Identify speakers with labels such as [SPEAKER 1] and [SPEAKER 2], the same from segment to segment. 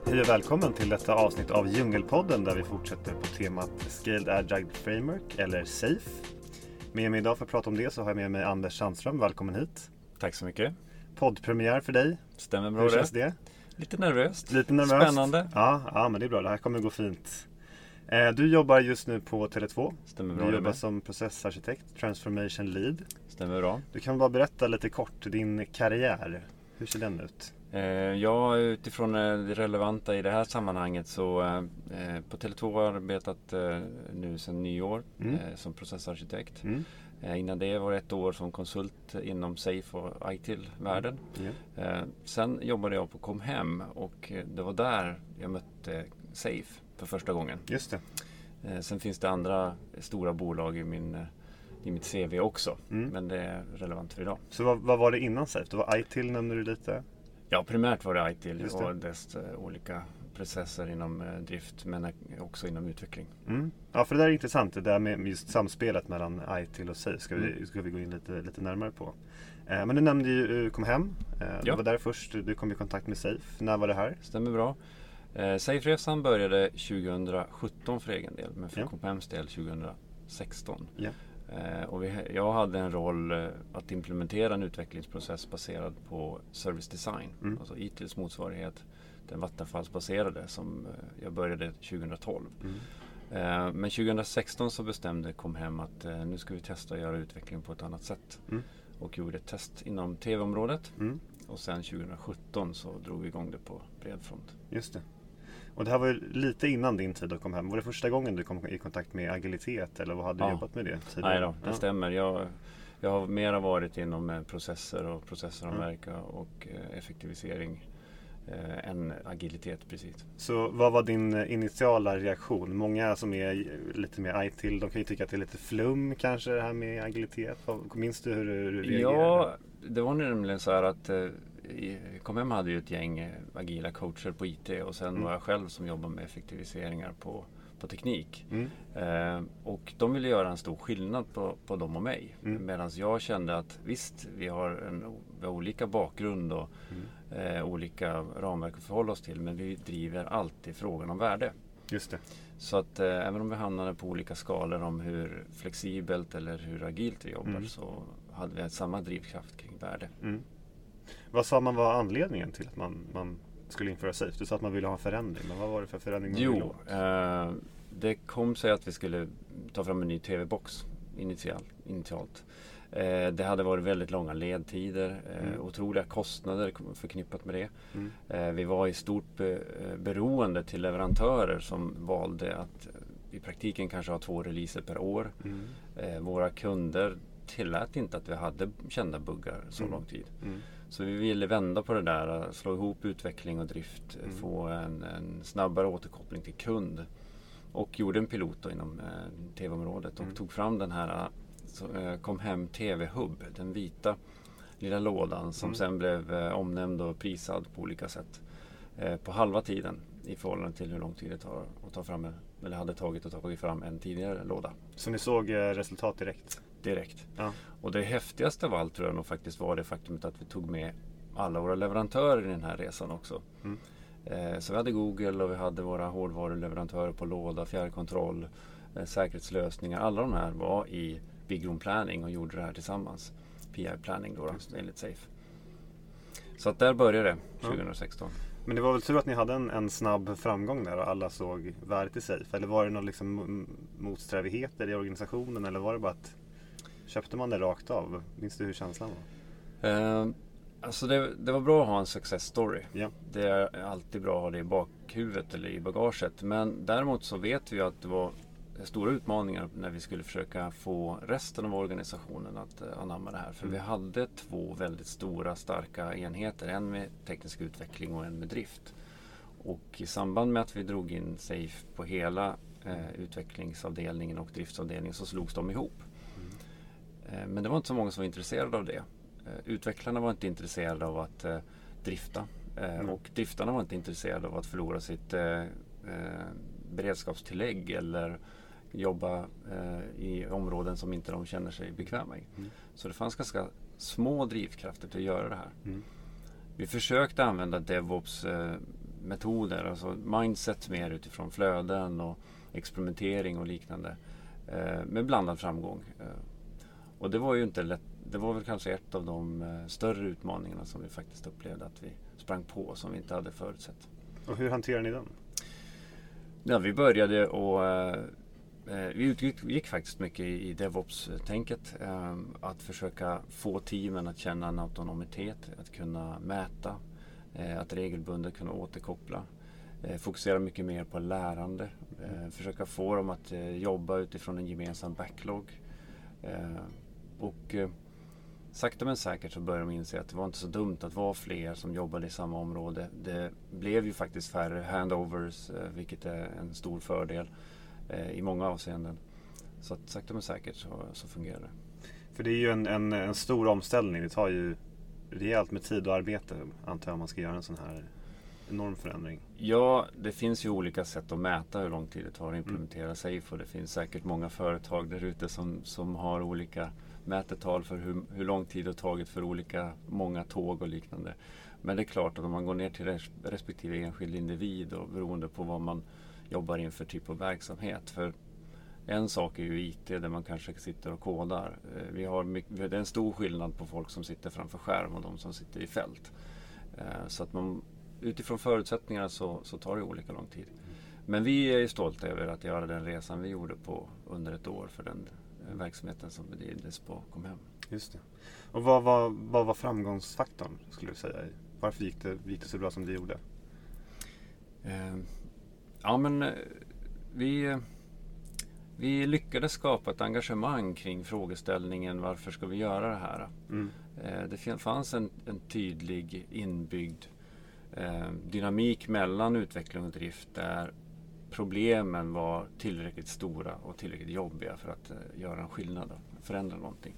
[SPEAKER 1] Hej och välkommen till detta avsnitt av Djungelpodden där vi fortsätter på temat Scaled Agile Framework eller SAFe. Med mig idag för att prata om det så har jag med mig Anders Sandström. Välkommen hit.
[SPEAKER 2] Tack så mycket.
[SPEAKER 1] Poddpremiär för dig.
[SPEAKER 2] Stämmer bra.
[SPEAKER 1] Hur känns det?
[SPEAKER 2] Lite nervöst.
[SPEAKER 1] Spännande. Ja, men det är bra. Det här kommer gå fint. Du jobbar just nu på Tele2.
[SPEAKER 2] Stämmer bra.
[SPEAKER 1] Du jobbar som processarkitekt, transformation lead.
[SPEAKER 2] Stämmer bra.
[SPEAKER 1] Du kan bara berätta lite kort din karriär. Hur ser den ut?
[SPEAKER 2] Ja, utifrån det relevanta i det här sammanhanget så på Tele2 har jag arbetat nu sedan nyår som processarkitekt. Innan det var det 1 år som konsult inom SAFe och ITIL-världen. Sen jobbade jag på Comhem och det var där jag mötte SAFe för första gången.
[SPEAKER 1] Just det.
[SPEAKER 2] Sen finns det andra stora bolag i mitt CV också, men det är relevant för idag.
[SPEAKER 1] Så vad var det innan SAFe? Det var ITIL, nämnde du lite?
[SPEAKER 2] Ja, primärt var det ITIL och dess olika processer inom drift men också inom utveckling.
[SPEAKER 1] Ja, för det där är intressant, det där med just samspelet mellan ITIL och SAFe ska vi gå in lite närmare på. Men du nämnde ju Comhem. Du var där först, du kom i kontakt med SAFe. När var det här?
[SPEAKER 2] Stämmer bra. SAFe-resan började 2017 för egen del, men för Comhems del 2016. Och jag hade en roll att implementera en utvecklingsprocess baserad på service design, alltså ITILs motsvarighet, den Vattenfallsbaserade som jag började 2012. Men 2016 så bestämde Comhem att nu ska vi testa att göra utveckling på ett annat sätt och gjorde ett test inom tv-området och sen 2017 så drog vi igång det på bred front.
[SPEAKER 1] Just det. Och det här var ju lite innan din tid att komma hem. Var det första gången du kom i kontakt med agilitet eller vad hade du jobbat med det tidigare?
[SPEAKER 2] Nej då, det stämmer. Jag har mera varit inom processer och processramverk och effektivisering än agilitet precis.
[SPEAKER 1] Så vad var din initiala reaktion? Många som är lite mer ITIL, de kan ju tycka att det är lite flum kanske det här med agilitet. Minns du hur du reagerade?
[SPEAKER 2] Ja, det var nämligen så här att Comhem hade ju ett gäng agila coacher på IT och sen var jag själv som jobbade med effektiviseringar på teknik. Och de ville göra en stor skillnad på dem och mig. Medan jag kände att visst, vi har olika bakgrund och olika ramverk att förhålla oss till, men vi driver alltid frågan om värde.
[SPEAKER 1] Just det.
[SPEAKER 2] Så att även om vi hamnade på olika skalor om hur flexibelt eller hur agilt vi jobbar så hade vi samma drivkraft kring värde.
[SPEAKER 1] Vad sa man var anledningen till att man skulle införa SAFe? Du sa att man ville ha en förändring, men vad var det för förändring man ville ha?
[SPEAKER 2] Det kom sig att vi skulle ta fram en ny tv-box initialt. Det hade varit väldigt långa ledtider, otroliga kostnader förknippat med det. Vi var i stort beroende till leverantörer som valde att i praktiken kanske ha 2 releaser per år. Våra kunder tillät inte att vi hade kända buggar så lång tid. Så vi ville vända på det där, slå ihop utveckling och drift, få en snabbare återkoppling till kund. Och gjorde en pilot inom tv-området och tog fram den här Comhem TV-hub, den vita lilla lådan som sen blev omnämnd och prisad på olika sätt på halva tiden i förhållande till hur lång tid det tar att ta fram eller hade tagit att ta fram en tidigare låda.
[SPEAKER 1] Så ni såg resultat direkt?
[SPEAKER 2] Direkt. Ja. Och det häftigaste av allt tror jag nog faktiskt var det faktumet att vi tog med alla våra leverantörer i den här resan också. Så vi hade Google och vi hade våra hårdvaruleverantörer på låda, fjärrkontroll, säkerhetslösningar. Alla de här var i Big Room Planning och gjorde det här tillsammans. PI Planning då, enligt SAFe. Så att där började det 2016.
[SPEAKER 1] Men det var väl tur att ni hade en snabb framgång där och alla såg värdet i SAFe? Eller var det någon liksom motsträvigheter i organisationen eller var det bara att köpte man det rakt av? Minns du hur känslan var?
[SPEAKER 2] Alltså det var bra att ha en success story. Det är alltid bra att ha det i bakhuvudet eller i bagaget. Men däremot så vet vi att det var stora utmaningar när vi skulle försöka få resten av organisationen att anamma det här. För vi hade 2 väldigt stora, starka enheter. En med teknisk utveckling och en med drift. Och i samband med att vi drog in SAFe på hela utvecklingsavdelningen och driftsavdelningen så slogs de ihop. Men det var inte så många som var intresserade av det. Utvecklarna var inte intresserade av att drifta. Och driftarna var inte intresserade av att förlora sitt beredskapstillägg eller jobba i områden som inte de känner sig bekväma i. Så det fanns ganska små drivkrafter till att göra det här. Vi försökte använda DevOps metoder, alltså mindset mer utifrån flöden och experimentering och liknande med blandad framgång. Och det var ju inte lätt, det var väl kanske ett av de större utmaningarna som vi faktiskt upplevde att vi sprang på som vi inte hade förutsett.
[SPEAKER 1] Och hur hanterar ni den?
[SPEAKER 2] Ja, vi började och vi utgick faktiskt mycket i DevOps-tänket. Att försöka få teamen att känna en autonomitet, att kunna mäta, att regelbundet kunna återkoppla. Fokusera mycket mer på lärande. Försöka få dem att jobba utifrån en gemensam backlog. Och sakta men säkert så började de inse att det var inte så dumt att vara fler som jobbade i samma område. Det blev ju faktiskt färre handovers, vilket är en stor fördel i många avseenden. Så att sakta men säkert så fungerar det.
[SPEAKER 1] För det är ju en stor omställning. Det tar ju rejält med tid och arbete, antar jag, om man ska göra en sån här enorm förändring.
[SPEAKER 2] Ja, det finns ju olika sätt att mäta hur lång tid det tar att implementera SAFe, och det finns säkert många företag där ute som har olika mätetal för hur lång tid det har tagit för olika många tåg och liknande. Men det är klart att om man går ner till respektive enskild individ och beroende på vad man jobbar in för typ av verksamhet. För en sak är ju IT där man kanske sitter och kodar. Det är en stor skillnad på folk som sitter framför skärm och de som sitter i fält. Så att utifrån förutsättningarna så tar det olika lång tid. Men vi är stolta över att göra den resan vi gjorde på under ett år för den verksamheten som bedrivdes på Comhem.
[SPEAKER 1] Just det. Och vad var framgångsfaktorn, skulle du säga? Varför gick det så bra som det gjorde?
[SPEAKER 2] Vi lyckades skapa ett engagemang kring frågeställningen varför ska vi göra det här? Det fanns en tydlig inbyggd dynamik mellan utveckling och drift där problemen var tillräckligt stora och tillräckligt jobbiga för att göra en skillnad och förändra någonting.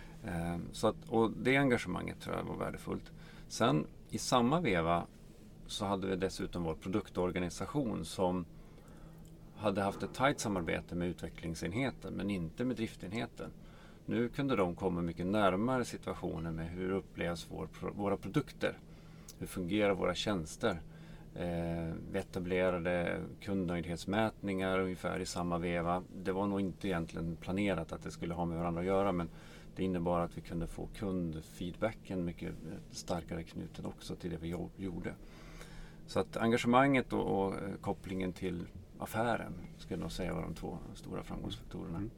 [SPEAKER 2] Och det engagemanget tror jag var värdefullt. Sen i samma veva så hade vi dessutom vår produktorganisation som hade haft ett tajt samarbete med utvecklingsenheten men inte med driftenheten. Nu kunde de komma mycket närmare situationen med hur upplevs våra produkter. Hur fungerar våra tjänster? Vi etablerade kundnöjdhetsmätningar ungefär i samma veva. Det var nog inte egentligen planerat att det skulle ha med varandra att göra, men det innebar att vi kunde få kundfeedbacken mycket starkare knuten också till det vi gjorde. Så att engagemanget och kopplingen till affären skulle jag nog säga var de två stora framgångsfaktorerna.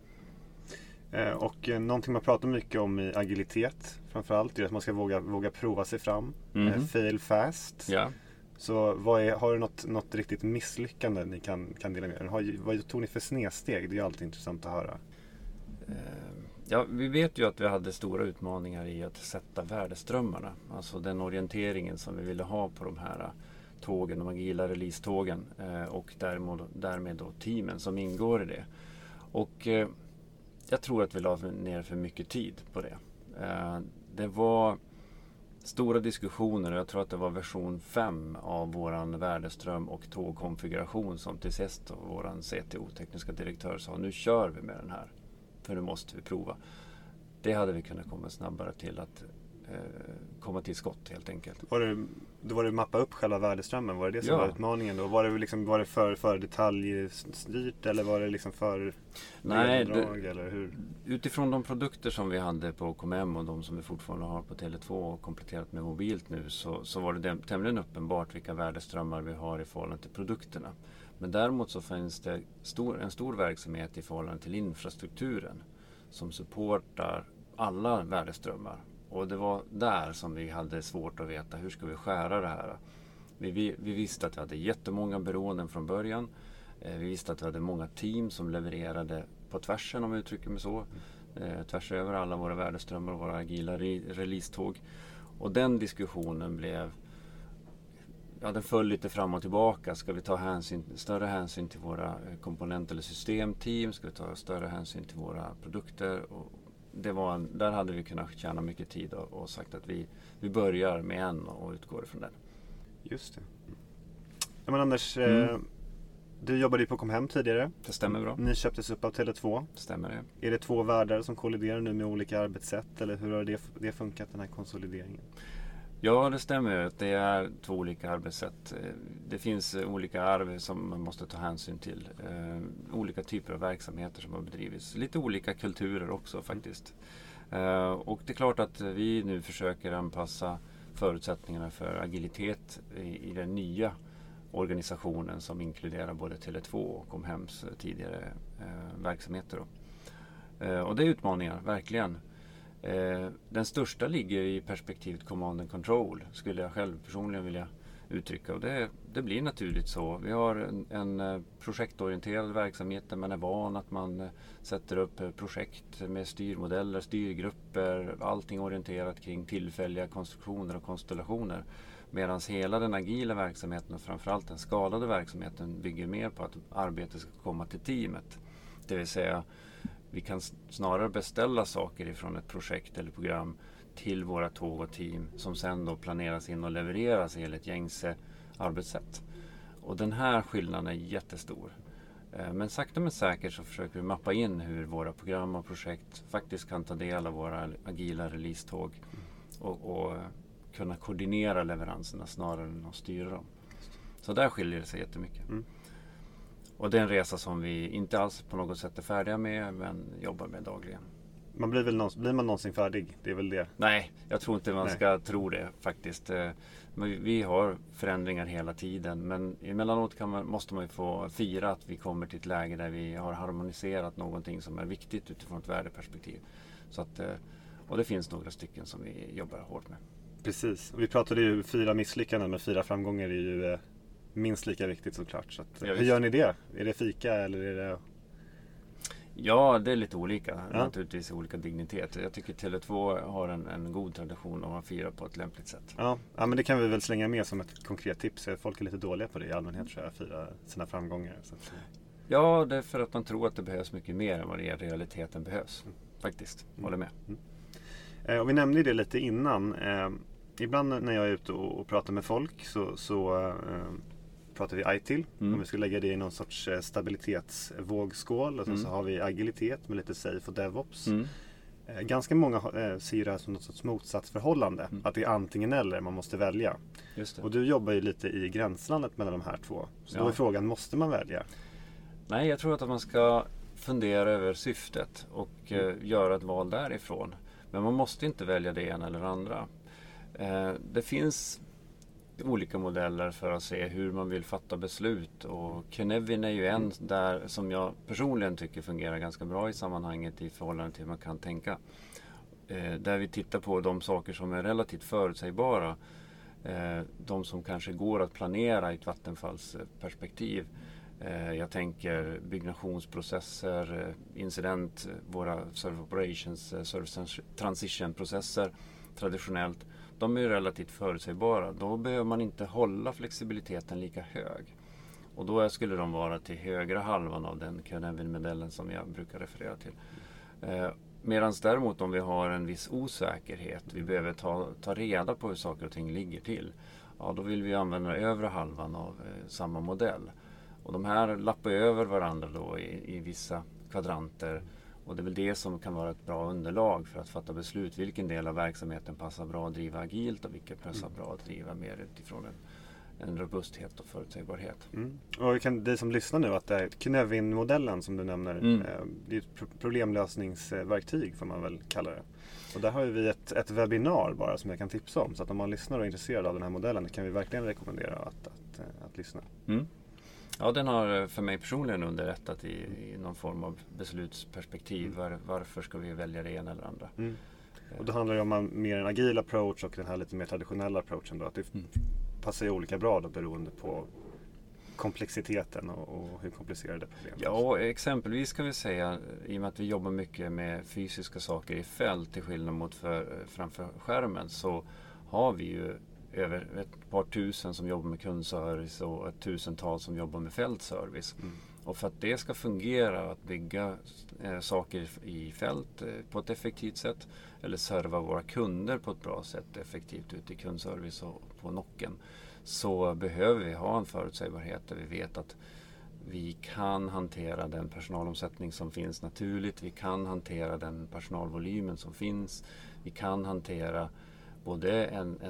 [SPEAKER 1] Och någonting man pratar mycket om i agilitet framförallt är att man ska våga prova sig fram. Fail fast.
[SPEAKER 2] Ja.
[SPEAKER 1] Så har du något riktigt misslyckande ni kan dela med er? Vad tog ni för snedsteg? Det är ju alltid intressant att höra.
[SPEAKER 2] Ja, vi vet ju att vi hade stora utmaningar i att sätta värdeströmmarna. Alltså den orienteringen som vi ville ha på de här tågen, de agila release-tågen och därmed då teamen som ingår i det. Och jag tror att vi la ner för mycket tid på det. Det var stora diskussioner och jag tror att det var version 5 av våran värdeström och tågkonfiguration som till sist våran CTO, tekniska direktör, sa nu kör vi med den här. För nu måste vi prova. Det hade vi kunnat komma snabbare till att komma till skott helt enkelt.
[SPEAKER 1] Var det mappa upp själva värdeströmmen? Var det som var utmaningen då? Var det för detaljstyrt eller var det liksom för drag eller hur?
[SPEAKER 2] Utifrån de produkter som vi hade på Comhem och de som vi fortfarande har på Tele2 och kompletterat med mobilt nu så var det tämligen uppenbart vilka värdeströmmar vi har i förhållande till produkterna. Men däremot så finns det en stor verksamhet i förhållande till infrastrukturen som supportar alla värdeströmmar. Och det var där som vi hade svårt att veta hur ska vi skära det här. Vi visste att vi hade jättemånga beroenden från början. Vi visste att vi hade många team som levererade på tvärsen, om jag uttrycker mig så. Tvärs över alla våra värdeströmmar och våra agila release-tåg. Och den diskussionen den föll lite fram och tillbaka. Ska vi ta större hänsyn till våra komponent- eller systemteam? Ska vi ta större hänsyn till våra produkter? Och där hade vi kunnat tjäna mycket tid och sagt att vi börjar med en och utgår ifrån den.
[SPEAKER 1] Just det. Ja, men Anders, du jobbade ju på Comhem tidigare.
[SPEAKER 2] Det stämmer bra.
[SPEAKER 1] Ni köptes upp av Tele2.
[SPEAKER 2] Stämmer det.
[SPEAKER 1] Är det två världar som kolliderar nu med olika arbetssätt eller hur har det funkat, den här konsolideringen?
[SPEAKER 2] Ja, det stämmer. Det är 2 olika arbetssätt. Det finns olika arv som man måste ta hänsyn till. Olika typer av verksamheter som har bedrivits. Lite olika kulturer också faktiskt. Och det är klart att vi nu försöker anpassa förutsättningarna för agilitet i den nya organisationen som inkluderar både Tele2 och Comhems tidigare verksamheter. Och det är utmaningar, verkligen. Den största ligger i perspektivet command and control, skulle jag själv personligen vilja uttrycka. Och det blir naturligt så. Vi har en projektorienterad verksamhet där man är van att man sätter upp projekt med styrmodeller, styrgrupper, allting orienterat kring tillfälliga konstruktioner och konstellationer. Medan hela den agila verksamheten och framförallt den skalade verksamheten bygger mer på att arbetet ska komma till teamet. Det vill säga, vi kan snarare beställa saker ifrån ett projekt eller program till våra tåg och team som sen då planeras in och levereras enligt gängse arbetssätt. Och den här skillnaden är jättestor. Men sakta men säkert så försöker vi mappa in hur våra program och projekt faktiskt kan ta del av våra agila releasetåg och kunna koordinera leveranserna snarare än att styra dem. Så där skiljer det sig jättemycket. Och det är en resa som vi inte alls på något sätt är färdiga med, men jobbar med dagligen.
[SPEAKER 1] Blir man någonsin färdig? Det är väl det?
[SPEAKER 2] Nej, jag tror inte man ska tro det faktiskt. Vi har förändringar hela tiden, men emellanåt måste man ju få fira att vi kommer till ett läge där vi har harmoniserat någonting som är viktigt utifrån ett värdeperspektiv. Så att, och det finns några stycken som vi jobbar hårt med.
[SPEAKER 1] Precis, och vi pratade ju 4 misslyckanden, men 4 framgångar är ju minst lika viktigt såklart. Så att, hur gör ni det? Är det fika eller är det...
[SPEAKER 2] Ja, det är lite olika. Naturligtvis olika dignitet. Jag tycker Tele2 har en god tradition av att fira på ett lämpligt sätt.
[SPEAKER 1] Ja, men det kan vi väl slänga med som ett konkret tips. Folk är lite dåliga på det i allmänhet, tror jag, fira sina framgångar. Så att...
[SPEAKER 2] Ja, det är för att man tror att det behövs mycket mer än vad det i realiteten behövs. Faktiskt, håller med.
[SPEAKER 1] Och vi nämnde det lite innan. Ibland när jag är ute och pratar med folk så pratar vi ITIL. Om vi skulle lägga det i någon sorts stabilitetsvågskål. Och så har vi agilitet med lite safe och DevOps. Ganska många ser det här som något sorts motsatsförhållande. Att det är antingen eller, man måste välja.
[SPEAKER 2] Just det.
[SPEAKER 1] Och du jobbar ju lite i gränslandet mellan de här två. Så då är frågan, måste man välja?
[SPEAKER 2] Nej, jag tror att man ska fundera över syftet och göra ett val därifrån. Men man måste inte välja det ena eller det andra. Det finns olika modeller för att se hur man vill fatta beslut, och Cynefin är ju en där som jag personligen tycker fungerar ganska bra i sammanhanget i förhållande till hur man kan tänka. Där vi tittar på de saker som är relativt förutsägbara, de som kanske går att planera i ett vattenfallsperspektiv. Jag tänker byggnationsprocesser, incident, våra server operations, service transition-processer traditionellt. De är relativt förutsägbara. Då behöver man inte hålla flexibiliteten lika hög. Och då skulle de vara till högra halvan av den Cynefin-modellen som jag brukar referera till. Medan däremot om vi har en viss osäkerhet, vi behöver ta reda på hur saker och ting ligger till. Ja, då vill vi använda övre halvan av samma modell. Och de här lappar över varandra då i vissa kvadranter. Och det är väl det som kan vara ett bra underlag för att fatta beslut. Vilken del av verksamheten passar bra att driva agilt och vilken passar bra att driva mer utifrån en robusthet och förutsägbarhet.
[SPEAKER 1] Och det som lyssnar nu, att Cynefin-modellen som du nämner, det är ett problemlösningsverktyg får man väl kalla det. Och där har vi ett webbinar bara som jag kan tipsa om. Så att om man lyssnar och är intresserad av den här modellen kan vi verkligen rekommendera att lyssna.
[SPEAKER 2] Ja, den har för mig personligen underrättat i någon form av beslutsperspektiv. Varför ska vi välja det ena eller andra?
[SPEAKER 1] Och då handlar det om mer en agil approach och den här lite mer traditionella approachen då. Att det passar ju olika bra då beroende på komplexiteten och hur komplicerade problem är.
[SPEAKER 2] Ja, exempelvis ska vi säga, i och med att vi jobbar mycket med fysiska saker i fält till skillnad mot framför skärmen, så har vi ju över ett par tusen som jobbar med kundservice och ett tusental som jobbar med fältservice. Och för att det ska fungera, att bygga saker i fält på ett effektivt sätt eller serva våra kunder på ett bra sätt effektivt ute i kundservice och på nocken, så behöver vi ha en förutsägbarhet där vi vet att vi kan hantera den personalomsättning som finns naturligt, vi kan hantera den personalvolymen som finns, vi kan hantera både en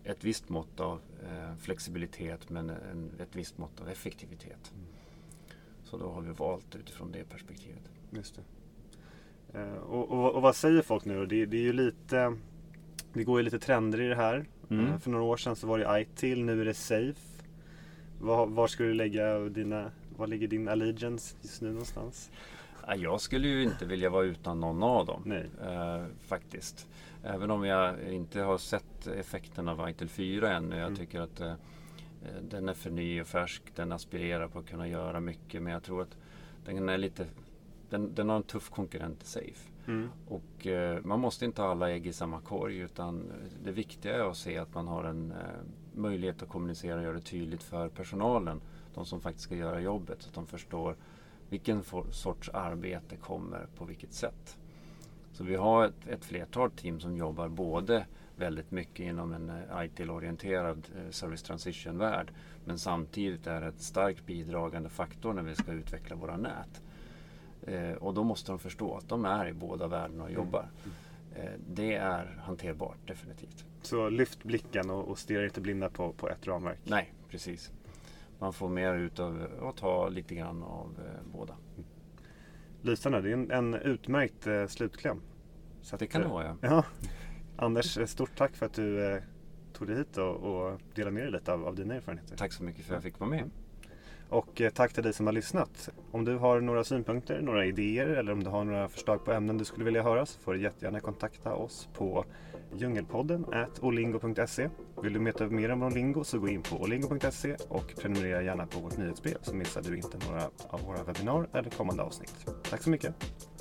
[SPEAKER 2] ett visst mått av flexibilitet men ett visst mått av effektivitet. Så då har vi valt utifrån det perspektivet.
[SPEAKER 1] Just det. Och vad säger folk nu då? Det är ju lite, det går ju lite trender i det här. För några år sedan så var det ITIL, nu är det SAFE. Var ska du lägga var ligger din allegiance just nu någonstans?
[SPEAKER 2] Jag skulle ju inte vilja vara utan någon av dem.
[SPEAKER 1] Nej.
[SPEAKER 2] Faktiskt. Även om jag inte har sett effekten av ITIL 4 ännu. Jag tycker att den är för ny och färsk. Den aspirerar på att kunna göra mycket. Men jag tror att den är lite... Den har en tuff konkurrent i SAFE. Och man måste inte ha alla ägg i samma korg, utan det viktiga är att se att man har en möjlighet att kommunicera och göra det tydligt för personalen, de som faktiskt ska göra jobbet, så att de förstår vilken sorts arbete kommer på vilket sätt. Så vi har ett flertal team som jobbar både väldigt mycket inom en ITIL-orienterad service transition-värld, men samtidigt är ett starkt bidragande faktor när vi ska utveckla våra nät. Och då måste de förstå att de är i båda världarna och jobbar. Det är hanterbart, definitivt.
[SPEAKER 1] Så lyft blicken och stirra inte blinda på ett ramverk?
[SPEAKER 2] Nej, precis. Man får mer ut av att ta lite grann av båda.
[SPEAKER 1] Lysande, det är en utmärkt slutkläm. Så
[SPEAKER 2] det kan det vara,
[SPEAKER 1] ja. Anders, stort tack för att du tog dig hit och delade med dig lite av dina erfarenheter.
[SPEAKER 2] Tack så mycket för att jag fick vara med.
[SPEAKER 1] Och tack till dig som har lyssnat. Om du har några synpunkter, några idéer eller om du har några förslag på ämnen du skulle vilja höra, så får du jättegärna kontakta oss på djungelpodden@olingo.se. Vill du veta mer om Olingo så gå in på olingo.se och prenumerera gärna på vårt nyhetsbrev, så missar du inte några av våra webbinar eller kommande avsnitt. Tack så mycket!